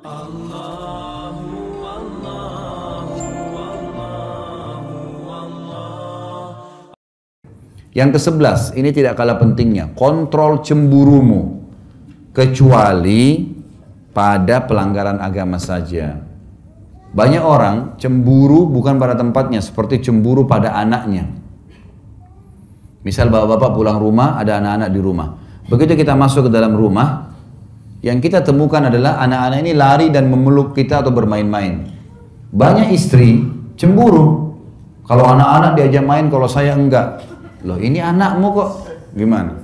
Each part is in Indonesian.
Yang ke-11, ini tidak kalah pentingnya, kontrol cemburumu, kecuali pada pelanggaran agama saja. Banyak orang cemburu bukan pada tempatnya, seperti cemburu pada anaknya. Misal bapak-bapak pulang rumah, ada anak-anak di rumah. Begitu kita masuk ke dalam rumah, yang kita temukan adalah anak-anak ini lari dan memeluk kita atau bermain-main. Banyak istri cemburu, kalau anak-anak diajak main, kalau saya enggak. Loh, ini anakmu kok, gimana?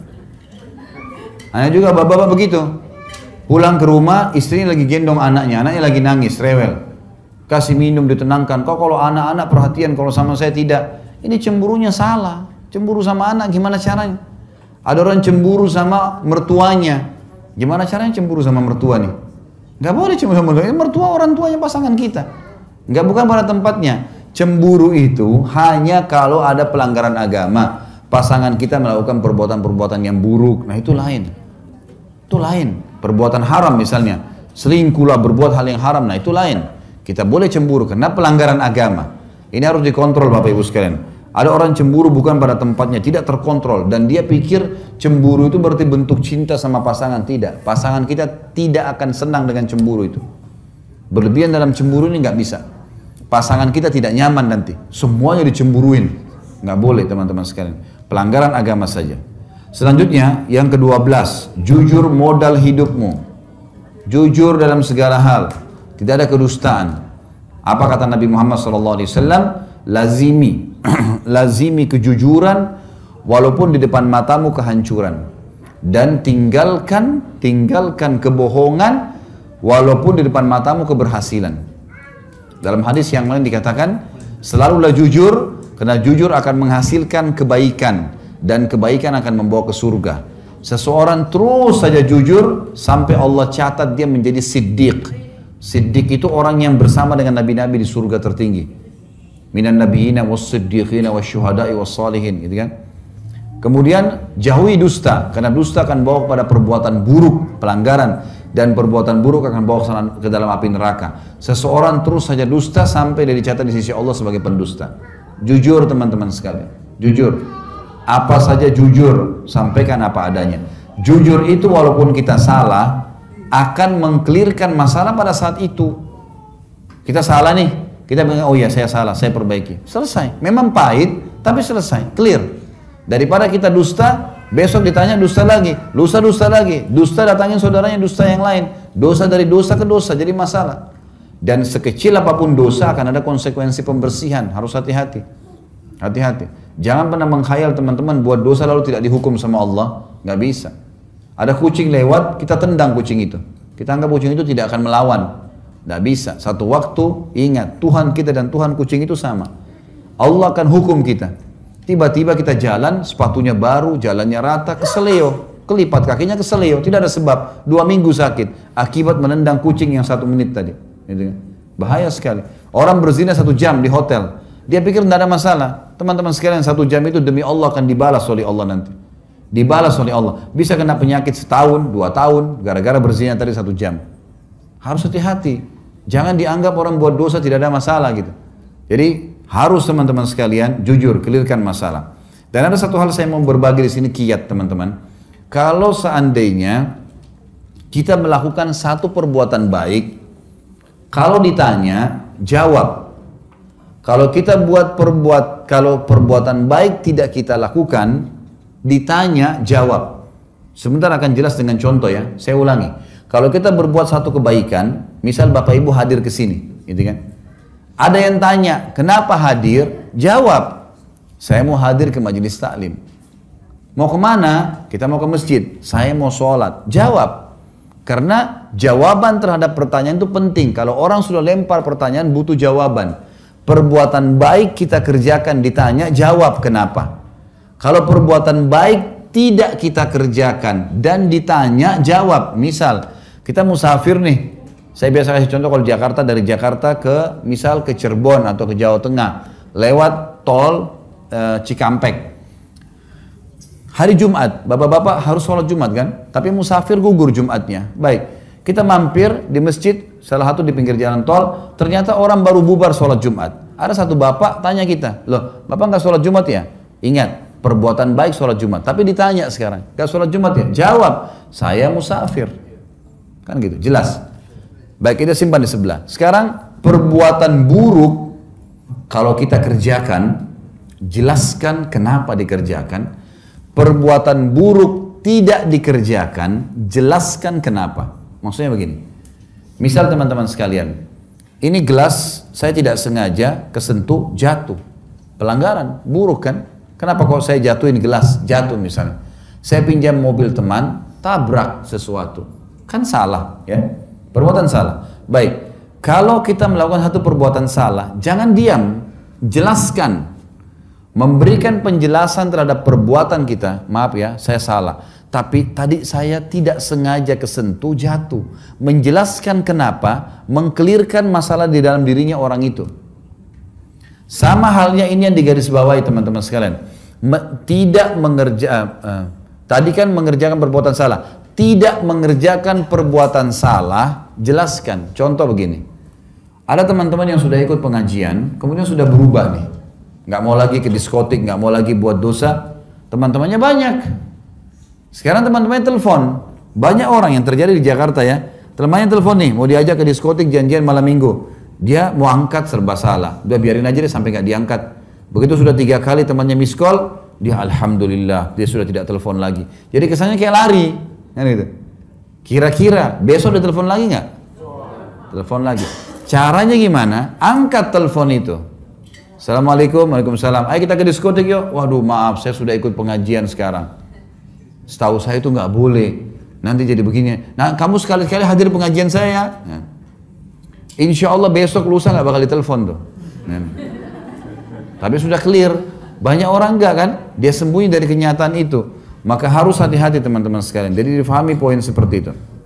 Anak juga bapak-bapak begitu. Pulang ke rumah, istrinya lagi gendong anaknya lagi nangis, rewel. Kasih minum, ditenangkan. Kok kalau anak-anak perhatian, kalau sama saya tidak. Ini cemburunya salah. Cemburu sama anak, gimana caranya? Ada orang cemburu sama mertuanya. Gimana caranya cemburu sama mertua nih? Gak boleh cemburu sama mertua. Mertua orang tuanya pasangan kita. Bukan pada tempatnya. Cemburu itu hanya kalau ada pelanggaran agama. Pasangan kita melakukan perbuatan-perbuatan yang buruk. Nah itu lain. Itu lain. Perbuatan haram misalnya. Selingkuhlah, berbuat hal yang haram. Nah itu lain. Kita boleh cemburu karena pelanggaran agama. Ini harus dikontrol Bapak Ibu sekalian. Ada orang cemburu bukan pada tempatnya, tidak terkontrol. Dan dia pikir cemburu itu berarti bentuk cinta sama pasangan. Tidak. Pasangan kita tidak akan senang dengan cemburu itu. Berlebihan dalam cemburu ini nggak bisa. Pasangan kita tidak nyaman nanti. Semuanya dicemburuin. Nggak boleh teman-teman sekalian. Pelanggaran agama saja. Selanjutnya yang ke-12, jujur modal hidupmu. Jujur dalam segala hal. Tidak ada kedustaan. Apa kata Nabi Muhammad SAW? Lazimi kejujuran walaupun di depan matamu kehancuran. Dan tinggalkan kebohongan walaupun di depan matamu keberhasilan. Dalam hadis yang lain dikatakan, selalulah jujur karena jujur akan menghasilkan kebaikan dan kebaikan akan membawa ke surga. Seseorang terus saja jujur sampai Allah catat dia menjadi siddiq. Siddiq itu orang yang bersama dengan nabi-nabi di surga tertinggi. Minan nabiyina was-siddiqina wasyuhada'i was-salihin, gitu kan? Kemudian jauhi dusta karena dusta akan bawa kepada perbuatan buruk, pelanggaran, dan perbuatan buruk akan bawa ke dalam api neraka. Seseorang terus saja dusta sampai dia dicatat di sisi Allah sebagai pendusta. Jujur teman-teman sekalian, jujur. Apa saja jujur, sampaikan apa adanya. Jujur itu walaupun kita salah, akan mengklirkan masalah pada saat itu. Kita salah nih, kita bilang, oh iya saya salah, saya perbaiki. Selesai, memang pahit, tapi selesai, clear. Daripada kita dusta, besok ditanya dusta lagi, lusa dusta lagi, dusta datangin saudaranya dusta yang lain. Dosa dari dosa ke dosa, jadi masalah. Dan sekecil apapun dosa akan ada konsekuensi pembersihan, harus hati-hati. Hati-hati. Jangan pernah mengkhayal teman-teman buat dosa lalu tidak dihukum sama Allah, nggak bisa. Ada kucing lewat, kita tendang kucing itu. Kita anggap kucing itu tidak akan melawan, nggak bisa. Satu waktu ingat Tuhan kita dan Tuhan kucing itu sama. Allah akan hukum kita. Tiba-tiba kita jalan, sepatunya baru, jalannya rata, keseleo, kelipat kakinya keseleo, tidak ada sebab. 2 minggu sakit akibat menendang kucing yang 1 menit tadi. Gitu kan? Bahaya sekali. Orang berzina 1 jam di hotel, dia pikir tidak ada masalah. Teman-teman sekalian, 1 jam itu demi Allah akan dibalas oleh Allah nanti. Dibalas oleh Allah. Bisa kena penyakit setahun, 2 tahun, gara-gara berzina tadi 1 jam. Harus hati-hati. Jangan dianggap orang buat dosa tidak ada masalah gitu. Jadi harus teman-teman sekalian jujur, clearkan masalah. Dan ada satu hal saya mau berbagi di sini kiat teman-teman. Kalau seandainya kita melakukan satu perbuatan baik, kalau ditanya jawab. Kalau kita kalau perbuatan baik tidak kita lakukan, ditanya jawab. Sebentar akan jelas dengan contoh ya. Saya ulangi. Kalau kita berbuat satu kebaikan, misal Bapak Ibu hadir ke sini, gitu kan? Ada yang tanya, kenapa hadir? Jawab, saya mau hadir ke majelis taklim. Mau kemana? Kita mau ke masjid. Saya mau sholat. Jawab. Karena jawaban terhadap pertanyaan itu penting. Kalau orang sudah lempar pertanyaan, butuh jawaban. Perbuatan baik kita kerjakan, ditanya, jawab kenapa. Kalau perbuatan baik tidak kita kerjakan dan ditanya, jawab. Misal, kita musafir nih. Saya biasa kasih contoh kalau Jakarta, dari Jakarta ke misal ke Cirebon atau ke Jawa Tengah lewat tol Cikampek. Hari Jumat, bapak-bapak harus sholat Jumat kan? Tapi musafir gugur Jumatnya. Baik, Kita mampir di masjid, salah satu di pinggir jalan tol, ternyata orang baru bubar sholat Jumat. Ada satu bapak tanya kita, loh bapak nggak sholat Jumat ya? Ingat, perbuatan baik sholat Jumat. Tapi ditanya sekarang, nggak sholat Jumat ya? Jawab, saya musafir. Kan gitu, jelas. Baik, kita simpan di sebelah. Sekarang, perbuatan buruk, kalau kita kerjakan, jelaskan kenapa dikerjakan. Perbuatan buruk tidak dikerjakan, jelaskan kenapa. Maksudnya begini, misal teman-teman sekalian, ini gelas saya tidak sengaja kesentuh, jatuh. Pelanggaran, buruk kan? Kenapa kok saya jatuhin gelas, jatuh misalnya. Saya pinjam mobil teman, tabrak sesuatu. Kan salah, ya? Perbuatan salah. Baik, kalau kita melakukan satu perbuatan salah, jangan diam, jelaskan. Memberikan penjelasan terhadap perbuatan kita, maaf ya, saya salah. Tapi tadi saya tidak sengaja kesentuh, jatuh. Menjelaskan kenapa, mengkelirkan masalah di dalam dirinya orang itu. Sama halnya ini yang digarisbawahi teman-teman sekalian. Tadi kan mengerjakan perbuatan salah. Tidak mengerjakan perbuatan salah, jelaskan. Contoh begini. Ada teman-teman yang sudah ikut pengajian, kemudian sudah berubah nih. Nggak mau lagi ke diskotik, nggak mau lagi buat dosa. Teman-temannya banyak. Sekarang teman-temannya telepon. Banyak orang yang terjadi di Jakarta ya. Temannya telepon nih, mau diajak ke diskotik janjian malam minggu. Dia mau angkat serba salah. Udah biarin aja deh sampai nggak diangkat. Begitu sudah 3 kali temannya miss call, dia alhamdulillah dia sudah tidak telepon lagi. Jadi kesannya kayak lari, kan gitu. Kira-kira besok dia telepon lagi nggak? Telepon lagi. Caranya gimana? Angkat telepon itu. Assalamualaikum, waalaikumsalam. Ayo kita ke diskotik yuk. Waduh maaf, saya sudah ikut pengajian sekarang. Setahu saya itu nggak boleh. Nanti jadi begini. Nah kamu sekali-kali hadir pengajian saya. Ya. Insya Allah besok lusa nggak bakal ditelepon tuh. Ya. Tapi sudah clear. Banyak orang enggak kan? Dia sembunyi dari kenyataan itu. Maka harus hati-hati teman-teman sekalian. Jadi difahami poin seperti itu.